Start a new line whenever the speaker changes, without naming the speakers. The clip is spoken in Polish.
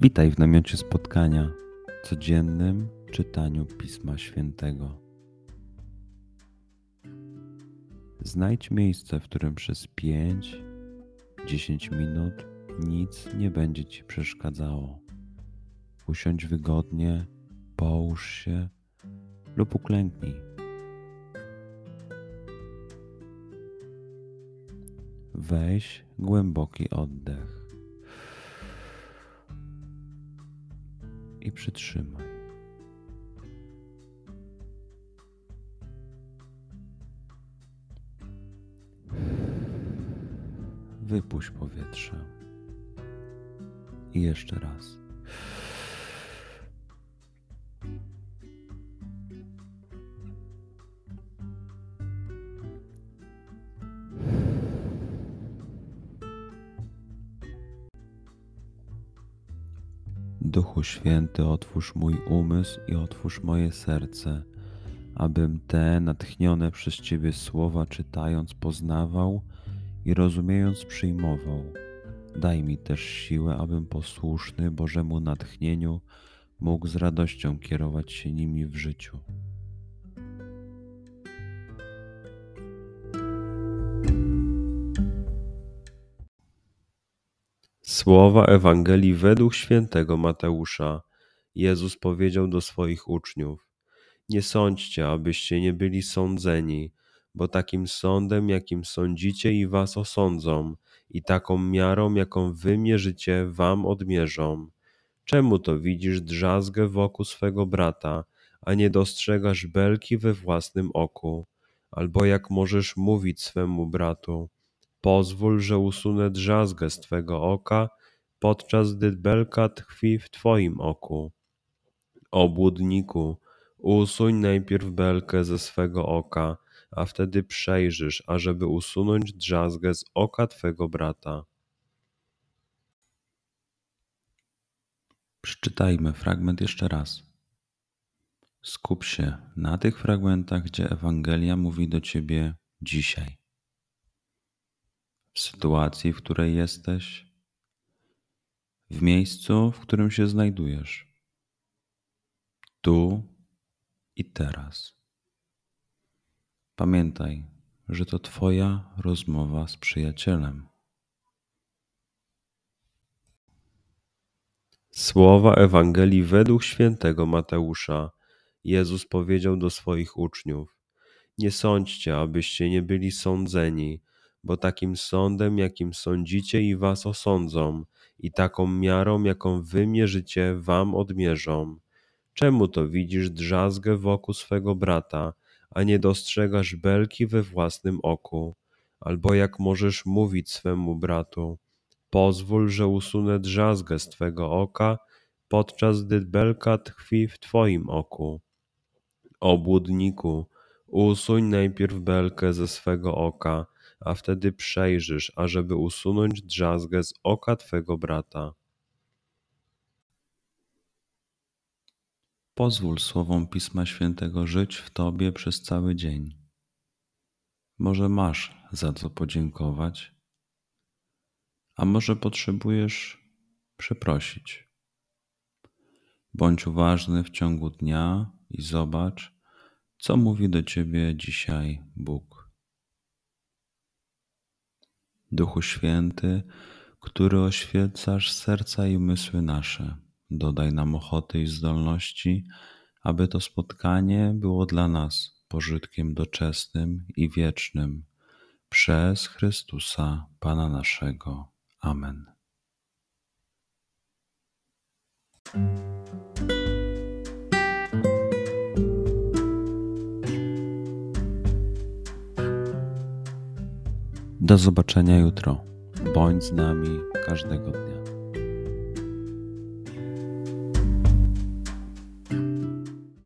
Witaj w namiocie spotkania, codziennym czytaniu Pisma Świętego. Znajdź miejsce, w którym przez 5-10 minut nic nie będzie Ci przeszkadzało. Usiądź wygodnie, połóż się lub uklęknij. Weź głęboki oddech i przytrzymaj. Wypuść powietrze. I jeszcze raz. Duchu Święty, otwórz mój umysł i otwórz moje serce, abym te natchnione przez Ciebie słowa czytając poznawał i rozumiejąc przyjmował. Daj mi też siłę, abym posłuszny Bożemu natchnieniu mógł z radością kierować się nimi w życiu.
Słowa Ewangelii według świętego Mateusza. Jezus powiedział do swoich uczniów: Nie sądźcie, abyście nie byli sądzeni, bo takim sądem, jakim sądzicie, i was osądzą, i taką miarą, jaką wy mierzycie, wam odmierzą. Czemu to widzisz drzazgę w oku swego brata, a nie dostrzegasz belki we własnym oku? Albo jak możesz mówić swemu bratu: Pozwól, że usunę drzazgę z twego oka, podczas gdy belka tkwi w twoim oku. Obłudniku, usuń najpierw belkę ze swego oka, a wtedy przejrzysz, ażeby usunąć drzazgę z oka twego brata.
Przeczytajmy fragment jeszcze raz. Skup się na tych fragmentach, gdzie Ewangelia mówi do Ciebie dzisiaj. W sytuacji, w której jesteś, w miejscu, w którym się znajdujesz, tu i teraz. Pamiętaj, że to Twoja rozmowa z przyjacielem.
Słowa Ewangelii według świętego Mateusza. Jezus powiedział do swoich uczniów: Nie sądźcie, abyście nie byli sądzeni, bo takim sądem, jakim sądzicie, i was osądzą, i taką miarą, jaką wy mierzycie, wam odmierzą. Czemu to widzisz drzazgę w oku swego brata, a nie dostrzegasz belki we własnym oku? Albo jak możesz mówić swemu bratu: Pozwól, że usunę drzazgę z twego oka, podczas gdy belka tkwi w twoim oku. Obłudniku, usuń najpierw belkę ze swego oka, a wtedy przejrzysz, ażeby usunąć drzazgę z oka twego brata.
Pozwól słowom Pisma Świętego żyć w Tobie przez cały dzień. Może masz za co podziękować, a może potrzebujesz przeprosić. Bądź uważny w ciągu dnia i zobacz, co mówi do Ciebie dzisiaj Bóg. Duchu Święty, który oświecasz serca i umysły nasze, dodaj nam ochoty i zdolności, aby to spotkanie było dla nas pożytkiem doczesnym i wiecznym. Przez Chrystusa, Pana naszego. Amen. Do zobaczenia jutro. Bądź z nami każdego dnia.